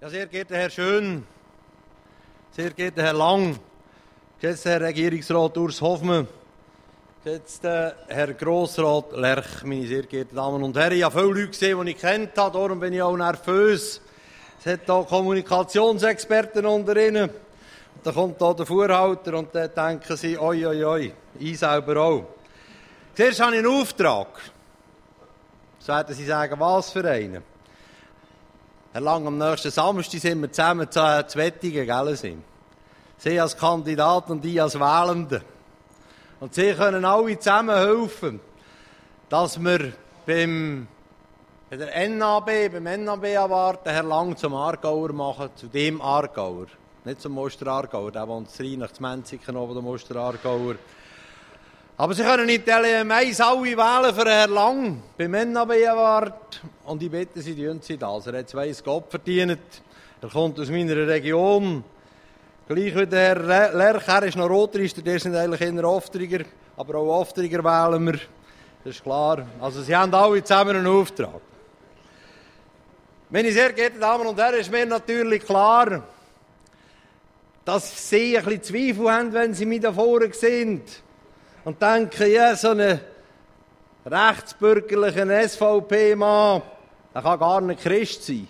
Ja, sehr geehrter Herr Schön, sehr geehrter Herr Lang, geschätzter Herr Regierungsrat Urs Hoffmann, geschätzter Herr Grossrat Lerch, meine sehr geehrten Damen und Herren. Ich habe viele Leute gesehen, die ich kennt habe, darum bin ich auch nervös. Es hat hier Kommunikationsexperten unter ihnen. Und dann kommt hier der Vorhalter und dann denken sie, oi, oi, oi, ich selber auch. Zuerst habe ich einen Auftrag. Jetzt werden Sie sagen, was für einen? Herr Lang, am nächsten Samstag sind wir zusammen zu Wettigen, gell? Sie als Kandidat und ich als Wählende. Und Sie können alle zusammen helfen, dass wir beim NAB-Award den Herrn Lang zum Aargauer machen, zu dem Aargauer. Nicht zum Mosteraargauer, der wohnt zu Rhein, nach Menziken oben, der Mosteraargauer. Aber Sie können nicht mais alle wählen für Herrn Lang beim NAB-Award. Und ich bitte Sie, tun Sie das. Er hat 2 Gott verdient. Er kommt aus meiner Region. Gleich wie der Herr Lerch, er ist noch Rotrister, der sind eigentlich eher Oftriger. Aber auch Oftriger wählen wir. Das ist klar. Also Sie haben alle zusammen einen Auftrag. Meine sehr geehrten Damen und Herren, ist mir natürlich klar, dass Sie ein bisschen Zweifel haben, wenn Sie mich da vorne sehen. Und denken, ja, so einen rechtsbürgerlichen SVP-Mann, der kann gar nicht Christ sein.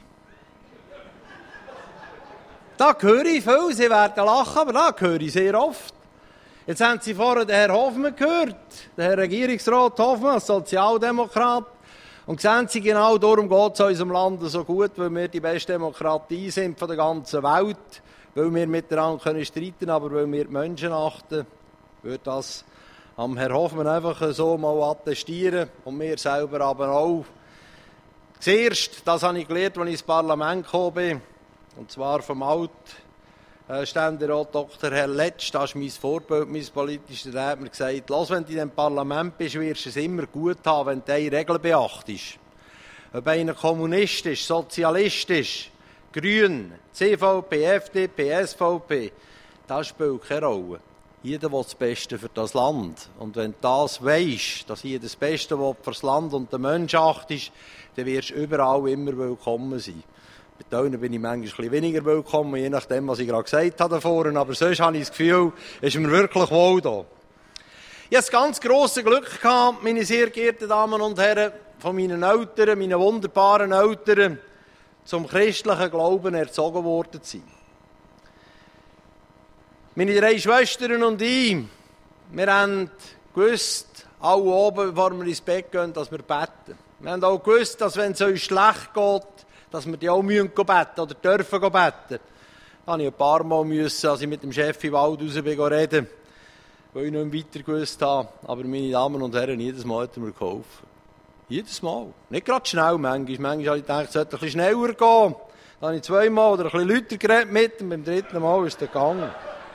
Da höre ich viel, Sie werden lachen, aber da höre ich sehr oft. Jetzt haben Sie vorhin den Herrn Hoffmann gehört, den Herrn Regierungsrat Hoffmann, als Sozialdemokrat. Und sehen Sie, genau darum geht es unserem Land so gut, weil wir die beste Demokratie sind von der ganzen Welt, weil wir miteinander streiten können, aber weil wir die Menschen achten, wird das am Herrn Hoffmann einfach so mal attestieren und mir selber aber auch. Zuerst, das habe ich gelernt, als ich ins Parlament gekommen bin, und zwar vom Alt-Ständerat Dr. Herr Letsch, das ist mein Vorbild, mein politisches, der hat mir gesagt, lass, wenn du in diesem Parlament bist, wirst du es immer gut haben, wenn du eine Regel beachtest. Ob einer Kommunist ist, Sozialist ist, Grün, CVP, FDP, SVP, das spielt keine Rolle. Jeder will das Beste für das Land. Und wenn du das weisst, dass jeder das Beste will für das Land und den Menschen achtest, dann wirst du überall immer willkommen sein. Bei denen bin ich manchmal ein bisschen weniger willkommen, je nachdem, was ich gerade gesagt habe davor. Aber sonst habe ich das Gefühl, es ist mir wirklich wohl da. Ich hatte das ganz grosse Glück gehabt, meine sehr geehrten Damen und Herren, von meinen Eltern, meinen wunderbaren Eltern, zum christlichen Glauben erzogen worden zu sein. Meine 3 Schwestern und ich, wir haben gewusst, alle oben, bevor wir ins Bett gehen, dass wir beten. Wir haben auch gewusst, dass wenn es uns schlecht geht, dass wir die auch beten oder dürfen beten. Da musste ich ein paar Mal, als ich mit dem Chef im Wald raus bin, reden, weil ich nicht mehr weiter gewusst habe. Aber meine Damen und Herren, jedes Mal hat er mir geholfen. Jedes Mal. Nicht gerade schnell, manchmal habe ich gedacht, es sollte ein bisschen schneller gehen. Dann habe ich 2 Mal oder ein bisschen lauter geredet mit und beim 3. Mal ist es gegangen.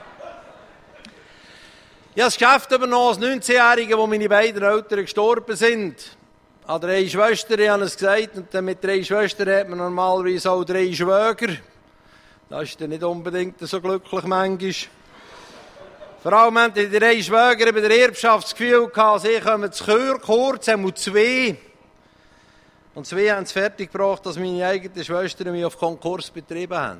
Ich habe das Geschäft übernommen als 19-Jähriger, wo meine beiden Eltern gestorben sind. Ich habe 3 Schwestern, ich habe es gesagt, und dann mit 3 Schwestern hat man normalerweise auch 3 Schwäger. Das ist dann nicht unbedingt so glücklich manchmal. Vor allem haben die 3 Schwäger bei der Erbschaft das Gefühl gehabt, sie kommen zu kurz, einmal 2. Und 2 haben es fertiggebracht, dass meine eigenen Schwestern mich auf Konkurs betrieben haben.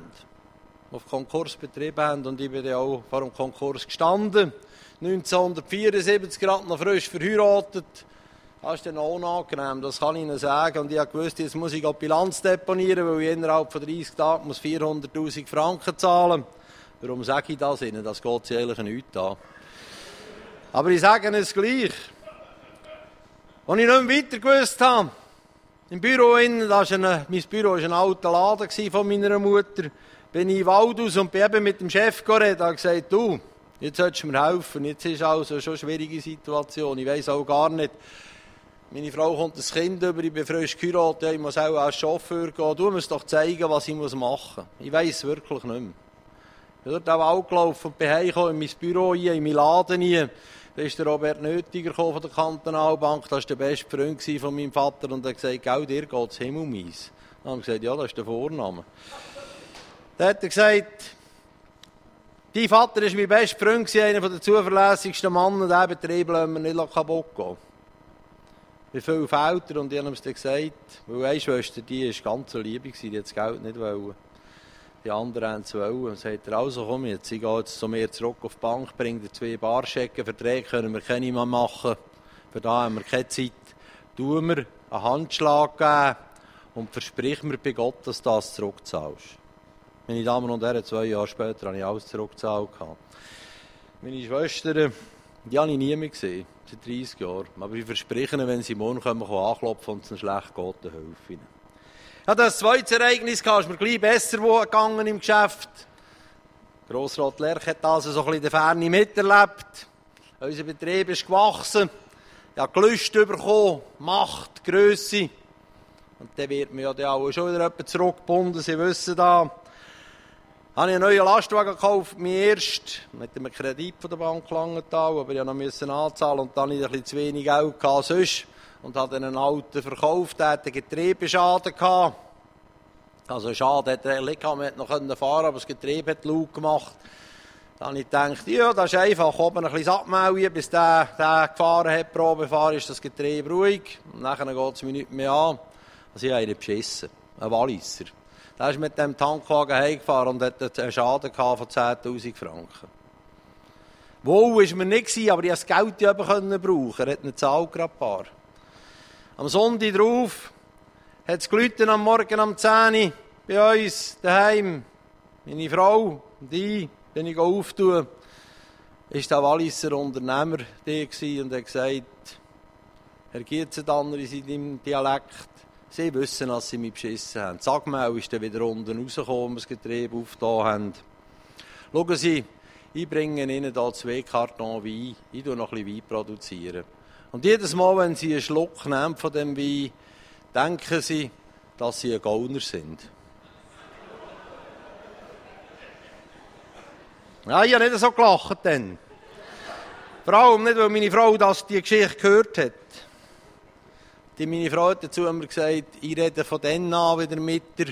Und ich bin dann auch vor dem Konkurs gestanden. 1974, gerade noch frisch verheiratet. Das ist dann auch unangenehm, das kann ich Ihnen sagen. Und ich habe gewusst, jetzt muss ich die Bilanz deponieren, weil ich innerhalb von 30 Tagen 400'000 Franken zahlen muss. Warum sage ich das Ihnen? Das geht Sie eigentlich nichts an. Aber ich sage es gleich. Als ich nicht mehr weiter gewusst habe, im Büro innen, mein Büro war ein alter Laden von meiner Mutter, bin ich in den Wald raus und bin eben mit dem Chef geredet. Er hat gesagt, du, jetzt solltest du mir helfen. Jetzt ist also schon eine schwierige Situation. Ich weiss auch gar nicht. Meine Frau kommt ein Kind über, ich bin frisch geheiratet, ich muss auch als Chauffeur gehen. Du musst doch zeigen, was ich machen muss. Ich weiss es wirklich nicht mehr. Ich bin dort auch gelaufen und bin heimgekommen in mein Büro, in meinen Laden rein. Da ist der Robert Nötiger von der Kantonalbank, das war der beste Freund von meinem Vater, und er hat gesagt, «Gell, dir geht es Himmelmeis.» Dann habe ich gesagt, «Ja, das ist der Vorname.» Dann hat er gesagt, «Dein Vater war mein bester Freund, einer der zuverlässigsten Männer, und diesen Betrieb lassen wir nicht kaputt gehen.» Wie viele Väter, und ich habe ihm das gesagt, weil eine Schwester, die war ganz so lieb, die hat das Geld nicht wollen. Die anderen haben es wollen. Und sagt er, also komm jetzt, ich gehe jetzt zu mir zurück auf die Bank, bringe dir 2 Barschecken, Verträge können wir keine mehr machen. Für da haben wir keine Zeit. Tu mir einen Handschlag geben und versprich mir bei Gott, dass du das zurückzahlst. Meine Damen und Herren, 2 Jahre später habe ich alles zurückgezahlt. Meine Schwestern, die habe ich nie mehr gesehen, seit 30 Jahren. Aber ich verspreche ihnen, wenn sie morgen kommen, anklopfen und es ihnen schlecht geht, dann helfe ich ihnen. Ja, das zweite Ereignis ist mir gleich besser gegangen im Geschäft. Grossrat Lerch hat das so ein bisschen in der Ferne miterlebt. Unser Betrieb ist gewachsen. Ich habe Gelüst bekommen, Macht, Grösse. Und dann wird mir ja auch schon wieder jemand zurückgebunden, Sie wissen da. Habe ich einen neuen Lastwagen gekauft, mein erst, mit einem Kredit von der Bank Langenthal, aber ich musste noch anzahlen und dann hatte ich ein bisschen zu wenig Geld gehabt sonst. Und habe einen alten verkauft, der hatte einen Getriebeschaden gehabt. Also Schaden hat er nicht gehabt, man hätte noch fahren, aber das Getriebe hat laut gemacht. Dann habe ich gedacht, ja, das ist einfach, oben ein bisschen abmelden, bis der gefahren hat, Probefahren, ist das Getriebe ruhig. Und nachher geht es mir nicht mehr an. Also ich habe ihn beschissen, ein Walliser. Der ist mit dem Tankwagen heimgefahren und hat einen Schaden gehabt von 10'000 Franken. Wohl war mir nicht, aber ich konnte das Geld ja brauchen. Er hat eine Zahl gerade paar. Am Sonntag drauf hat es geläutet am Morgen um 10 Uhr bei uns daheim. Meine Frau und ich, wenn ich auftue, war der Walliser Unternehmer der und hat gesagt, Herr Gietzendanner in seinem Dialekt, Sie wissen, dass Sie mich beschissen haben. Die Sagmehl ist dann wieder unten rausgekommen, das Getriebe aufgetan haben. Schauen Sie, ich bringe Ihnen hier 2 Kartons Wein. Ich produziere noch ein bisschen Wein produzieren. Und jedes Mal, wenn Sie einen Schluck nehmen von dem Wein, denken Sie, dass Sie ein Gauner sind. Ja, ich habe nicht so gelacht dann. Vor allem nicht, weil meine Frau die Geschichte gehört hat. Meine Frau hat dazu mir gesagt, ich rede von dann an wieder mit dir,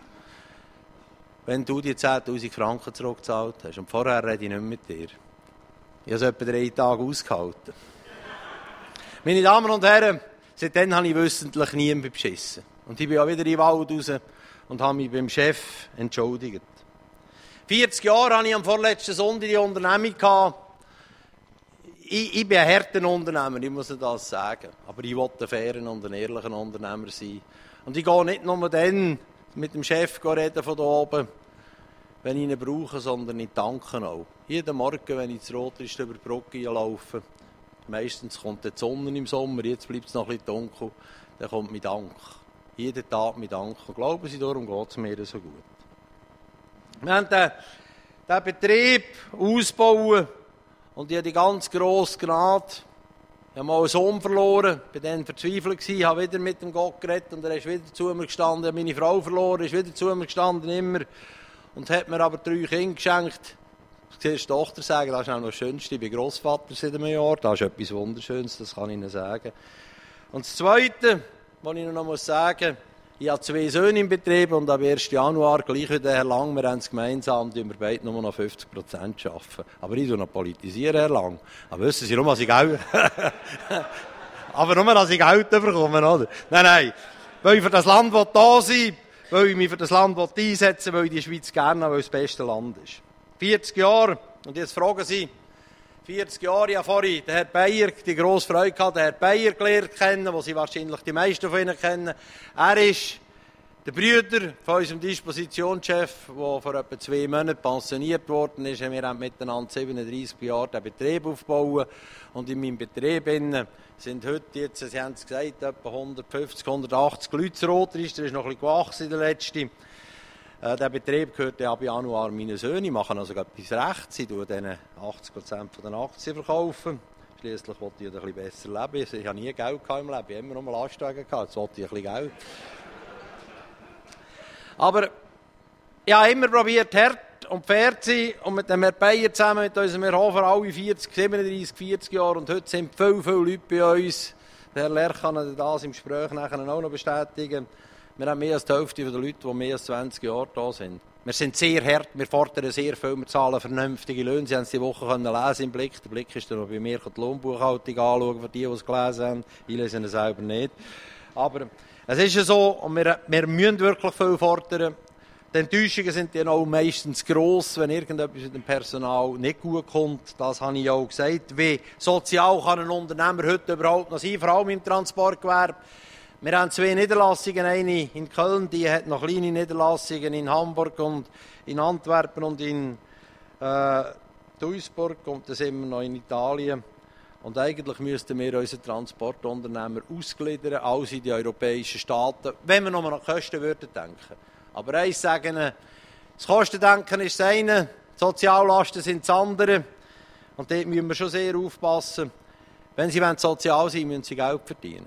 wenn du die 10'000 Franken zurückgezahlt hast. Und vorher rede ich nicht mit dir. Ich habe es etwa 3 Tage ausgehalten. Meine Damen und Herren, seitdem habe ich wissentlich niemanden beschissen. Und ich bin auch wieder in den Wald raus und habe mich beim Chef entschuldigt. 40 Jahre hatte ich am vorletzten Sonntag die Unternehmung gehabt. Ich bin ein harter Unternehmer, ich muss das sagen. Aber ich will ein fairer und ein ehrlicher Unternehmer sein. Und ich gehe nicht nur dann mit dem Chef reden von da oben, wenn ich ihn brauche, sondern ich danke auch. Jeden Morgen, wenn ich zu Rotlicht über die Brücke laufe, meistens kommt die Sonne im Sommer, jetzt bleibt es noch ein bisschen dunkel, dann kommt mein Dank. Jeden Tag mein Dank. Und glauben Sie, darum geht es mir so gut. Wir haben den Betrieb ausbauen. Und ich hatte die ganz grosse Gnade. Ich habe mal einen Sohn verloren, bin dann verzweifelt gewesen, habe wieder mit dem Gott geredet und er ist wieder zu mir gestanden. Ich habe meine Frau verloren, ist wieder zu mir gestanden, immer. Und hat mir aber 3 Kinder geschenkt. Du siehst die Tochter sagen, das ist auch noch das Schönste. Ich bin Grossvater seit einem Jahr, das ist etwas Wunderschönes, das kann ich Ihnen sagen. Und das Zweite, was ich Ihnen noch sagen muss, ich habe 2 Söhne im Betrieb und am 1. Januar, gleich wie der Herr Lang, wir haben es gemeinsam, wir beide nur noch 50% arbeiten. Aber ich politisiere, Herr Lang. Aber wissen Sie, nur, dass ich Geld... Aber nur, dass ich Geld bekomme, oder? Nein. Weil ich für das Land da sein, weil ich mich für das Land einsetzen will, weil ich die Schweiz gerne habe, weil es das beste Land ist. 40 Jahre, und jetzt fragen Sie, 40 Jahre, ich habe vorhin den Herrn Beyer, die grosse Freude gehabt, den Herrn Beyer gelernt kennen, den Sie wahrscheinlich die meisten von Ihnen kennen. Er ist der Bruder von unserem Dispositionschef, der vor etwa 2 Monaten pensioniert worden ist. Wir haben miteinander 37 Jahre den Betrieb aufgebaut. Und in meinem Betrieb sind heute, jetzt, Sie haben es gesagt, etwa 150, 180 Leute zu Rotrist. Der ist noch ein bisschen gewachsen in der letzten. Der Betrieb gehört ab Januar meinen Söhnen. Ich mache also etwas rechts. Ich verkaufe denen 80% der Aktien. Schliesslich wollte ich ein bisschen besser leben. Ich habe nie Geld im Leben. Ich habe immer nur Lastwagen gehabt. Jetzt wollte ich ein bisschen Geld. Aber ich habe immer probiert, hart und fair zu sein. Und mit dem Herrn Beyer zusammen, mit unserem Herrn Hofer, alle 37, 40 Jahre. Und heute sind viele Leute bei uns. Der Herr Lerch kann das im Gespräch nachher auch noch bestätigen. Wir haben mehr als die Hälfte der Leute, die mehr als 20 Jahre da sind. Wir sind sehr hart, wir fordern sehr viel, wir zahlen vernünftige Löhne. Sie haben es die Woche lesen im Blick. Der Blick ist dann noch bei mir, die Lohnbuchhaltung anschauen, für die es gelesen haben. Ich lese ihn selber nicht. Aber es ist ja so, und wir müssen wirklich viel fordern. Die Enttäuschungen sind dann auch meistens gross, wenn irgendetwas mit dem Personal nicht gut kommt. Das habe ich auch gesagt. Wie sozial kann ein Unternehmer heute überhaupt noch sein, vor allem im Transportgewerbe. Wir haben 2 Niederlassungen, eine in Köln, die hat noch kleine Niederlassungen in Hamburg und in Antwerpen und in Duisburg, und dann sind wir noch in Italien. Und eigentlich müssten wir unsere Transportunternehmer ausgliedern, als in die europäischen Staaten, wenn wir nochmal an Kosten würden denken. Aber eins sagen, das Kostendenken ist das eine, die Soziallasten sind das andere. Und dort müssen wir schon sehr aufpassen. Wenn sie sozial sein wollen, müssen sie Geld verdienen.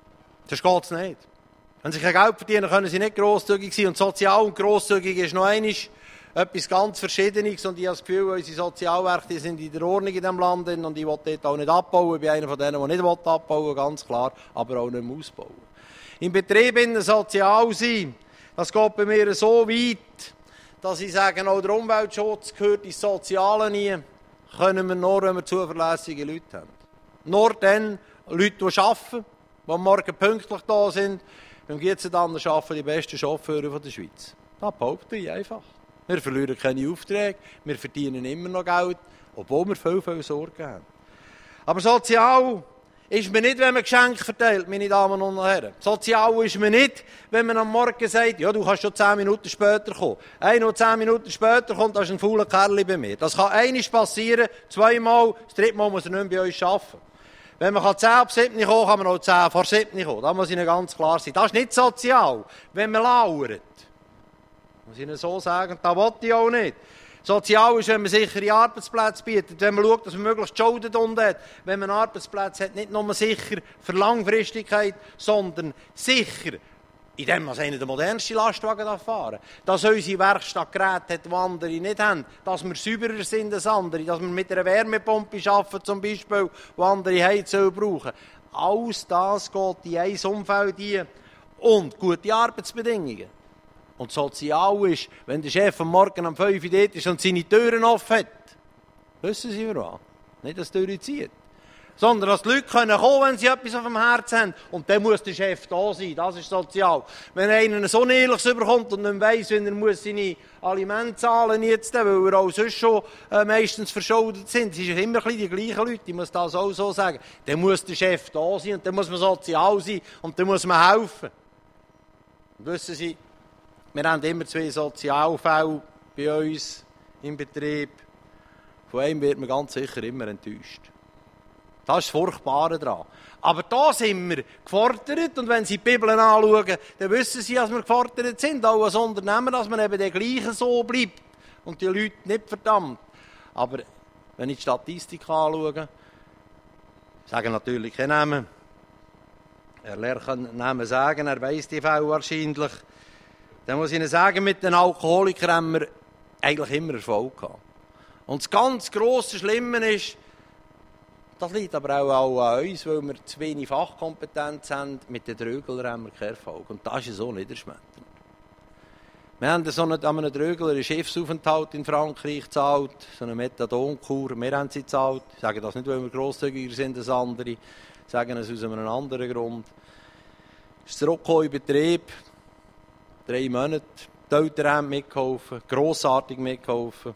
Das geht es nicht. Wenn sie kein Geld verdienen, können sie nicht grosszügig sein. Und sozial und grosszügig ist noch einmal etwas ganz Verschiedenes. Und ich habe das Gefühl, unsere Sozialwerke sind in der Ordnung in diesem Land. Und ich will dort auch nicht abbauen. Ich bin einer von denen, der nicht abbauen will, ganz klar. Aber auch nicht mehr ausbauen. Im Betrieb sozial sein, das geht bei mir so weit, dass ich sage, auch der Umweltschutz gehört ins Soziale nie. Können wir nur, wenn wir zuverlässige Leute haben. Nur dann Leute, die arbeiten, die morgen pünktlich da sind. Beim Gietzendamm arbeiten die besten Chauffeure der Schweiz. Das behaupte ich einfach. Wir verlieren keine Aufträge, wir verdienen immer noch Geld, obwohl wir viel Sorgen haben. Aber sozial ist man nicht, wenn man Geschenke verteilt, meine Damen und Herren. Sozial ist man nicht, wenn man am Morgen sagt, ja, du kannst schon 10 Minuten später kommen. Einer, der 10 Minuten später kommt, das ist ein fauler Kerl bei mir. Das kann einmal passieren, 2-mal, das 3. Mal muss er nicht mehr bei uns arbeiten. Wenn man 10 ab 7 kommen kann man auch 10 vor 7 kommen. Das muss Ihnen ganz klar sein. Das ist nicht sozial, wenn man lauert. Muss ich Ihnen so sagen, das will ich auch nicht. Sozial ist, wenn man sichere Arbeitsplätze bietet, wenn man schaut, dass man möglichst Schulden unten hat, wenn man Arbeitsplätze hat, nicht nur sicher für Langfristigkeit, sondern sicher, indem man einen der modernsten Lastwagen fahren darf, dass unsere Werkstatt Geräte hat, die andere nicht haben, dass wir sauberer sind als andere, dass wir mit einer Wärmepumpe arbeiten, zum Beispiel, die andere Heizöl brauchen. Alles das geht in ein Umfeld ein und gute Arbeitsbedingungen. Und sozial ist, wenn der Chef am Morgen um 5 Uhr dort ist und seine Türen offen hat. Wissen Sie warum? Nicht, dass die Türen zieht. Sondern, dass die Leute kommen können, wenn sie etwas auf dem Herzen haben. Und dann muss der Chef da sein. Das ist sozial. Wenn einer so Ehrliches überkommt und nicht weiss, wenn er muss seine Alimente zahlen jetzt, weil er auch sonst schon meistens verschuldet sind. Es sind immer die gleichen Leute, ich muss das auch so sagen. Dann muss der Chef da sein und dann muss man sozial sein und dann muss man helfen. Und wissen Sie, wir haben immer 2 Sozialfälle bei uns im Betrieb. Von einem wird man ganz sicher immer enttäuscht. Das ist das Furchtbare daran. Aber da sind wir gefordert. Und wenn Sie die Bibel anschauen, dann wissen Sie, dass wir gefordert sind. Auch als Unternehmer, dass man eben der Gleiche so bleibt. Und die Leute nicht verdammt. Aber wenn ich die Statistik anschaue, sagen natürlich keinen Namen. Er lernt Namen sagen, er weiss die Fälle wahrscheinlich. Dann muss ich Ihnen sagen, mit den Alkoholikern haben wir eigentlich immer Erfolg gehabt. Und das ganz grosse Schlimme ist, das liegt aber auch an uns, weil wir zu wenig Fachkompetenz haben. Mit den Dröglern haben wir keinen Erfolg. Und das ist so niederschmetternd. Wir haben so an einem Drögler einen Schiffsaufenthalt in Frankreich gezahlt, so eine Methadonkur. Wir haben sie gezahlt. Ich sage das nicht, weil wir grosszügiger sind als andere. Ich sage es aus einem anderen Grund. Es ist zurückgekommen in Betrieb. 3 Monate. Die Eltern haben mitgeholfen, grossartig mitgeholfen.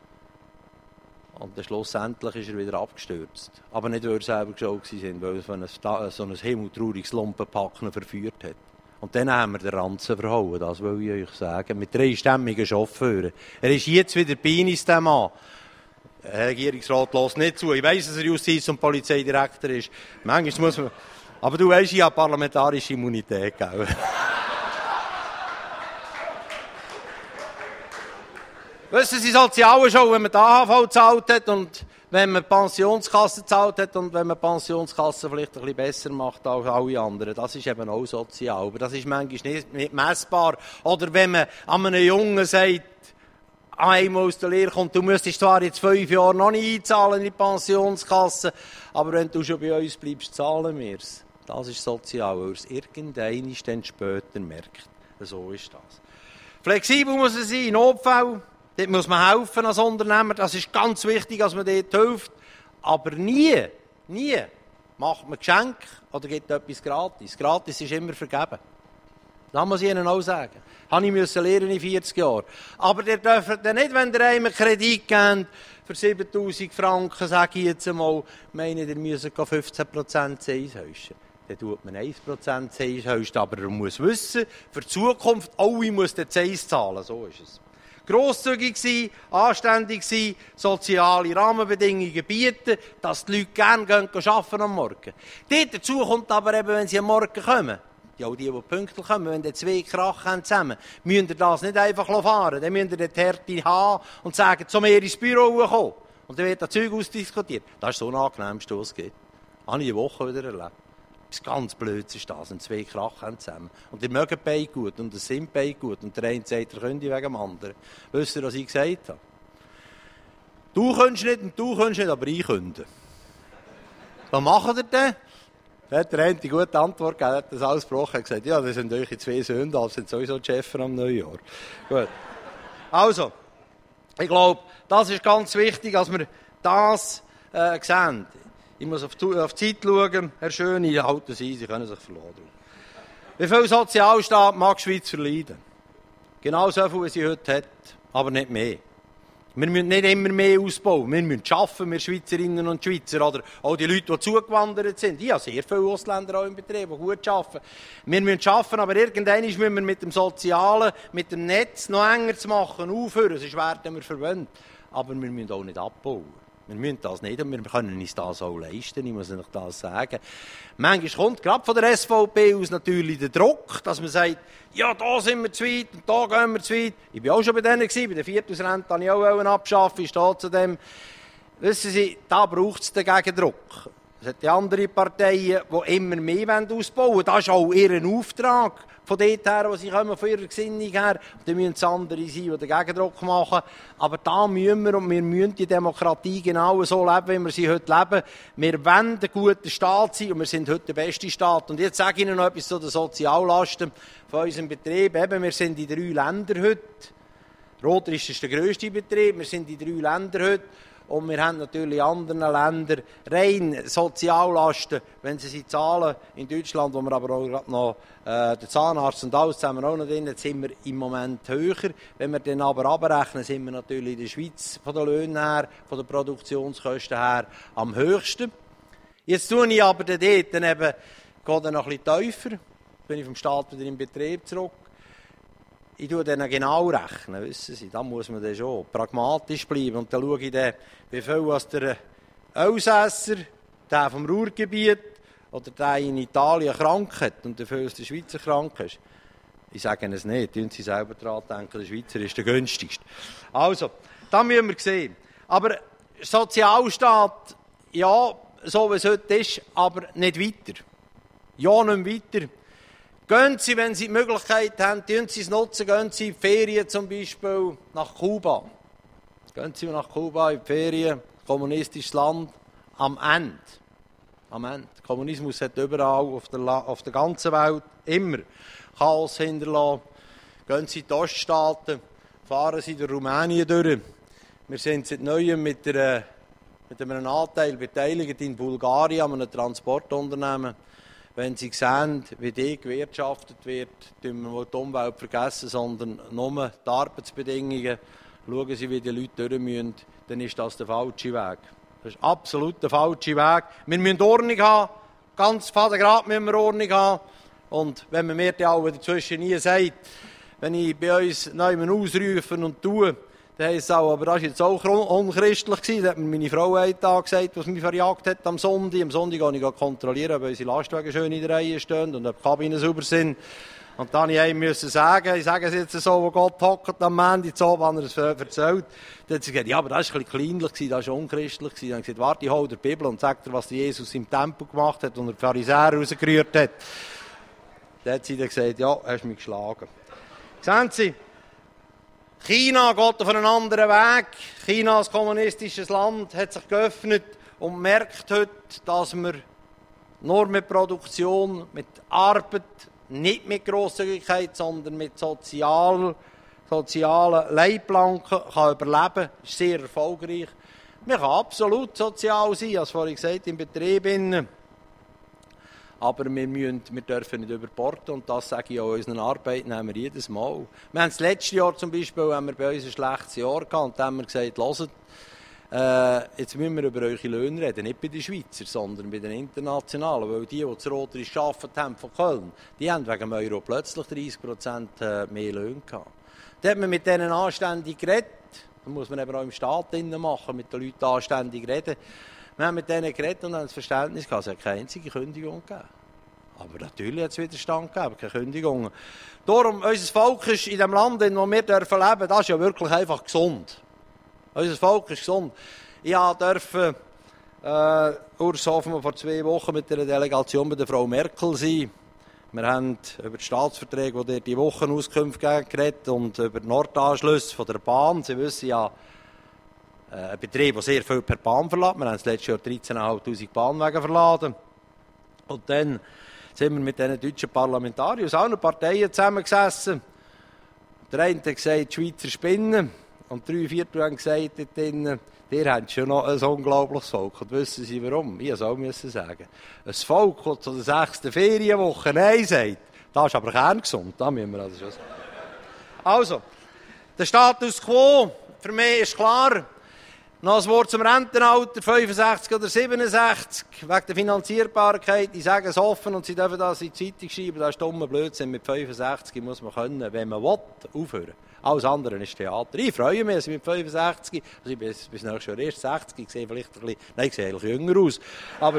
Und dann schlussendlich ist er wieder abgestürzt. Aber nicht, weil er selber geschuld war, weil er so ein himmeltrauriges Lumpenpacken verführt hat. Und dann haben wir den Ranzen verhauen, das will ich euch sagen, mit 3-stämmigen Chauffeuren. Er ist jetzt wieder bei uns, der Mann. Der Regierungsrat hört nicht zu. Ich weiss, dass er Justiz- und Polizeidirektor ist. Manchmal muss man... Aber du weisst, ich habe parlamentarische Immunität, gell? Wissen Sie, sozial ist auch, wenn man die AHV gezahlt hat und wenn man die Pensionskasse gezahlt hat und wenn man die Pensionskasse vielleicht ein bisschen besser macht als alle anderen. Das ist eben auch sozial, aber das ist manchmal nicht messbar. Oder wenn man an einem Jungen sagt, einmal aus der Lehre kommt, du müsstest zwar jetzt 5 Jahre noch nicht einzahlen in die Pensionskasse, aber wenn du schon bei uns bleibst, zahlen wir es. Das ist sozial, weil es irgendwann dann später merkt. So ist das. Flexibel muss es sein, in Notfällen. Dort muss man helfen als Unternehmer. Das ist ganz wichtig, dass man dort hilft. Aber nie macht man Geschenke oder gibt etwas gratis. Gratis ist immer vergeben. Das muss ich Ihnen auch sagen. Habe ich lernen in 40 Jahren. Aber ihr dürft dann nicht, wenn ihr einem Kredit gebt, für 7'000 Franken, sage ich jetzt einmal, meinen, ihr müsst 15% Zins hauschen. Dann tut man 1% Zins hauschen. Aber er muss wissen, für die Zukunft, alle muss den Zins zahlen. So ist es. Grosszügig sein, anständig sein, soziale Rahmenbedingungen bieten, dass die Leute gerne arbeiten am Morgen. Dazu kommt aber eben, wenn sie am Morgen kommen, ja, die pünktlich kommen, wenn die zwei Krach haben zusammen, müsst ihr das nicht einfach fahren. Dann müsst ihr die Härte haben und sagen, zu mir ins Büro kommen. Und dann wird das Zeug ausdiskutiert. Das ist so ein angenehmste, was es gibt. Das habe ich eine Woche wieder erlebt. Das ist ganz blöd, ist das, wenn zwei Krach haben zusammen. Und die mögen beide gut und es sind beide gut. Und der eine sagt, er könnte wegen dem anderen. Wisst ihr, was ich gesagt habe? Du kannst nicht und du kannst nicht, aber ich könnte. Was macht ihr denn? Da hat der eine die gute Antwort gegeben, hat das alles gebrochen, hat gesagt, ja, das sind eure zwei Söhne, das sind sowieso die Chefs am Neujahr. Gut. Also, ich glaube, das ist ganz wichtig, dass wir das sehen. Ich muss auf die Zeit schauen. Herr Schöni, halten Sie können sich verlassen. Wie viel Sozialstaat mag die Schweiz verleiden? Genau so viel, wie sie heute hat, aber nicht mehr. Wir müssen nicht immer mehr ausbauen. Wir müssen arbeiten, wir Schweizerinnen und Schweizer. Oder auch die Leute, die zugewandert sind. Ich habe sehr viele Ausländer auch im Betrieb, die gut arbeiten. Wir müssen arbeiten, aber irgendwann müssen wir mit dem Sozialen, mit dem Netz noch enger zu machen, aufhören. Sonst werden wir verwöhnt. Aber wir müssen auch nicht abbauen. Wir müssen das nicht und wir können uns das auch leisten, ich muss Ihnen das sagen. Manchmal kommt gerade von der SVP aus natürlich der Druck, dass man sagt, ja, da sind wir zu weit und da gehen wir zu weit. Ich war auch schon bei denen, bei der Viertelrente wollte ich auch abschaffen, ich stehe zu dem. Wissen Sie, da braucht es den Gegendruck. Es hat die anderen Parteien, die immer mehr ausbauen wollen. Das ist auch ihr Auftrag. Von dort her, wo sie kommen, von ihrer Gesinnung her. Und dann müssen es andere sein, die den Gegendruck machen. Aber da müssen wir, und wir müssen die Demokratie genau so leben, wie wir sie heute leben. Wir wollen ein guter Staat sein und wir sind heute der beste Staat. Und jetzt sage ich Ihnen noch etwas zu den Soziallasten von unserem Betrieb. Eben, wir sind in 3 Ländern heute. Rotrisch ist der grösste Betrieb. Wir sind in 3 Ländern heute. Und wir haben natürlich in anderen Ländern rein Soziallasten, wenn sie zahlen. In Deutschland, wo wir aber auch gerade noch den Zahnarzt und alles zusammen auch noch drin, sind wir im Moment höher. Wenn wir dann aber abrechnen, sind wir natürlich in der Schweiz von den Löhnen her, von den Produktionskosten her am höchsten. Jetzt tue ich aber dort dann eben, gehe dann noch ein bisschen tiefer, bin ich vom Staat wieder im Betrieb zurück. Ich tue dann genau rechnen, wissen Sie, da muss man dann schon pragmatisch bleiben. Und dann schaue ich dann, wie viel was der Elsässer, der vom Ruhrgebiet oder der in Italien krank hat und wie viel der Schweizer krank ist. Ich sage es nicht, tun Sie selber daran denken, der Schweizer ist der günstigste. Also, da müssen wir sehen. Aber Sozialstaat, ja, so wie es heute ist, aber nicht weiter. Ja, nicht weiter. Gehen Sie, wenn Sie die Möglichkeit haben, tun Sie es nutzen, gehen Sie in die Ferien zum Beispiel nach Kuba. Gehen Sie nach Kuba in die Ferien, kommunistisches Land, am Ende. Am Ende. Der Kommunismus hat überall auf der ganzen Welt immer Chaos hinterlassen. Gehen Sie in die Oststaaten, fahren Sie durch Rumänien durch. Wir sind seit Neuem mit einem Anteil beteiligt in Bulgarien an einem Transportunternehmen. Wenn Sie sehen, wie die gewirtschaftet wird, tun wir die Umwelt vergessen, sondern nur die Arbeitsbedingungen. Schauen Sie, wie die Leute durch müssen, dann ist das der falsche Weg. Das ist absolut der falsche Weg. Wir müssen Ordnung haben, ganz fadengrad müssen wir Ordnung haben. Und wenn man mir dann auch dazwischen nie sagt, wenn ich bei uns jemanden ausrufen und tue, dann heisst es auch, aber das war jetzt auch unchristlich gewesen. Da hat mir meine Frau einen Tag gesagt, was mich verjagt hat am Sonntag. Am Sonntag gehe ich kontrollieren, ob unsere Lastwagen schön in der Reihe stehen und ob die Kabinen sauber sind. Und dann musste ich sagen, ich sage es jetzt so, wo Gott hockt am Montag, so, wenn er es erzählt. Dann hat sie gesagt, ja, aber das war ein bisschen kleinlich, das war unchristlich. Dann habe ich gesagt, warte, ich hole die Bibel und sage dir, was Jesus im Tempel gemacht hat und die Pharisäer rausgerührt hat. Dann hat sie dann gesagt, ja, hast mich geschlagen. Sehen Sie, China geht auf einen anderen Weg. China als kommunistisches Land hat sich geöffnet und merkt heute, dass wir nur mit Produktion, mit Arbeit, nicht mit Grosszügigkeit, sondern mit sozialen Leitplanken kann überleben kann. Das ist sehr erfolgreich. Man kann absolut sozial sein, als vorhin gesagt, im Betrieb. Aber wir dürfen nicht überborden und das sage ich auch unseren Arbeitnehmern jedes Mal. Wir haben das letzte Jahr zum Beispiel, haben wir bei uns ein schlechtes Jahr gehabt und dann haben wir gesagt, hört, jetzt müssen wir über eure Löhne reden, nicht bei den Schweizern, sondern bei den Internationalen, weil die das Rotary gearbeitet haben von Köln, die haben wegen dem Euro plötzlich 30% mehr Löhne gehabt. Da hat man mit denen anständig geredet, das muss man eben auch im Staat machen, mit den Leuten anständig reden. Wir haben mit denen geredet und haben das Verständnis gehabt, es hat keine einzige Kündigung gegeben. Aber natürlich hat es Widerstand gegeben, keine Kündigungen. Darum, unser Volk ist in dem Land, in dem wir leben dürfen, das ist ja wirklich einfach gesund. Unser Volk ist gesund. Ich durfte Urshofen vor 2 Wochen mit einer Delegation bei der Frau Merkel sein. Wir haben über die Staatsverträge, die die Wochen Auskunft geben, geredet und über die Nordanschlüsse von der Bahn. Sie wissen ja, ein Betrieb, der sehr viel per Bahn verlässt. Wir haben das letzte Jahr 13'500 Bahnwege verladen. Und dann sind wir mit diesen deutschen Parlamentariern aus allen Parteien zusammengesessen. Der eine hat gesagt, die Schweizer spinnen. Und 3/4 haben gesagt, ihr habt schon noch ein unglaubliches Volk. Und wissen Sie warum? Ich musste es auch sagen. Ein Volk, das zu der 6. Ferienwoche Nein sagt, das ist aber kerngesund. Da müssen wir also schon sagen. Also, der Status quo, für mich ist klar, noch ein Wort zum Rentenalter, 65 oder 67, wegen der Finanzierbarkeit. Ich sage es offen und Sie dürfen das in die Zeitung schreiben, das ist dummer Blödsinn. Mit 65 muss man können, wenn man will, aufhören. Alles andere ist Theater. Ich freue mich, dass ich mit 65, also ich bin bis nächstes Jahr erst 60, ich sehe vielleicht ein bisschen, nein, ich sehe eigentlich jünger aus. Aber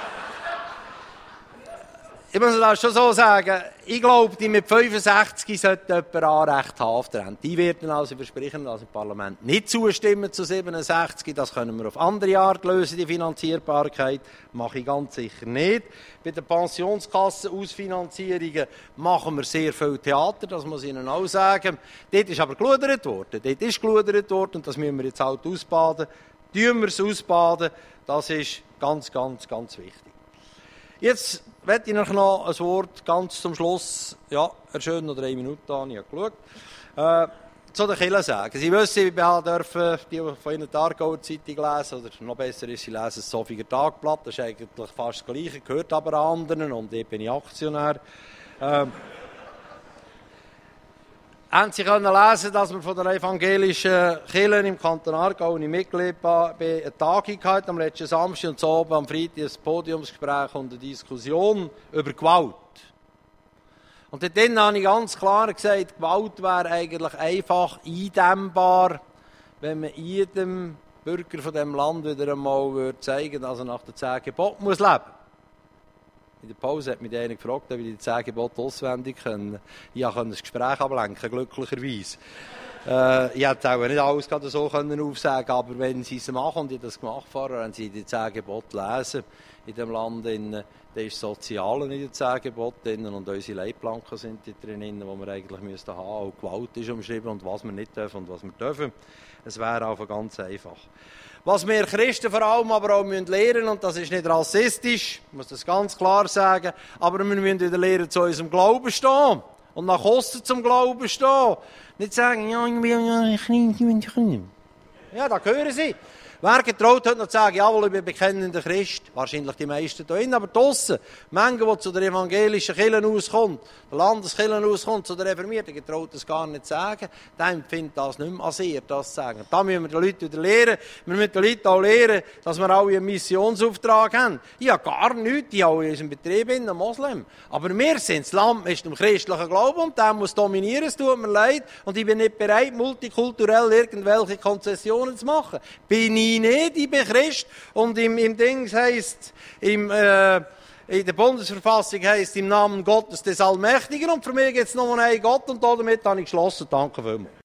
ich muss das schon so sagen, ich glaube, die mit 65 sollten jemand Anrecht haben auf der Rente. Die werden also versprechen, dass im Parlament nicht zustimmen zu 67. Das können wir auf andere Art lösen, die Finanzierbarkeit. Mache ich ganz sicher nicht. Bei den Pensionskassen-Ausfinanzierungen machen wir sehr viel Theater, das muss ich Ihnen auch sagen. Dort ist aber geludert worden. Und das müssen wir jetzt halt ausbaden. Tun wir es ausbaden, das ist ganz, ganz, ganz wichtig. Jetzt möchte ich noch ein Wort ganz zum Schluss, ja, schön noch 3 Minuten an, ich habe geschaut, zu den Kirchen sagen. Sie wissen, ich durfte die von Ihnen die Aargauer Zeitung lesen, oder noch besser ist, Sie lesen das Sofiger Tagblatt, das ist eigentlich fast das Gleiche, gehört aber an anderen und ich bin Aktionär. Haben Sie können lesen, dass wir von der evangelischen Kirche im Kanton Aargau eine Mitglied eine Tagung hatten, am letzten Samstag und so oben am Freitag ein Podiumsgespräch und eine Diskussion über Gewalt. Und dort habe ich ganz klar gesagt, Gewalt wäre eigentlich einfach eindämmbar, wenn man jedem Bürger von diesem Land wieder einmal zeigen würde, dass er nach den 10 Geboten leben muss. In der Pause hat mich einer gefragt, ob ich die 10 Gebote auswendig können. Ich konnte das Gespräch ablenken, glücklicherweise. Ich hätte auch nicht alles so aufsagen können, aber wenn Sie es machen, und ich das gemacht habe, wenn Sie die 10 Gebote lesen in diesem Land, dann ist das Soziale in den 10 Geboten und unsere Leitplanken sind drin, die wir eigentlich haben müssten. Auch Gewalt ist umschrieben und was wir nicht dürfen und was wir dürfen. Es wäre einfach ganz einfach. Was wir Christen vor allem aber auch lernen müssen, und das ist nicht rassistisch, ich muss das ganz klar sagen, aber wir müssen wieder lernen, zu unserem Glauben stehen und nach Kosten zum Glauben stehen. Nicht sagen, ja, ich will. Ja, da hören Sie. Wer getraut hat noch zu sagen, jawohl, ich bin bekennender Christ, wahrscheinlich die meisten hier drin, aber draussen, Menge, die zu der evangelischen Kirche auskommt, der Landeskirche auskommt, zu der Reformierten, getraut das gar nicht zu sagen, der empfindet das nicht mehr asiert, das zu sagen. Da müssen wir den Leuten wieder lehren, wir müssen den Leuten auch lehren, dass wir alle einen Missionsauftrag haben. Ich habe gar nichts, ich habe in unserem Betrieb ein Moslem, aber wir sind das Land mit dem christlichen Glauben und der muss dominieren, es tut mir leid, und ich bin nicht bereit, multikulturell irgendwelche Konzessionen zu machen. Bin ich nicht, ich bin Christ und im Dings heisst, in der Bundesverfassung heisst im Namen Gottes des Allmächtigen und für mich gibt es nur einen Gott und damit habe ich geschlossen. Danke vielmals.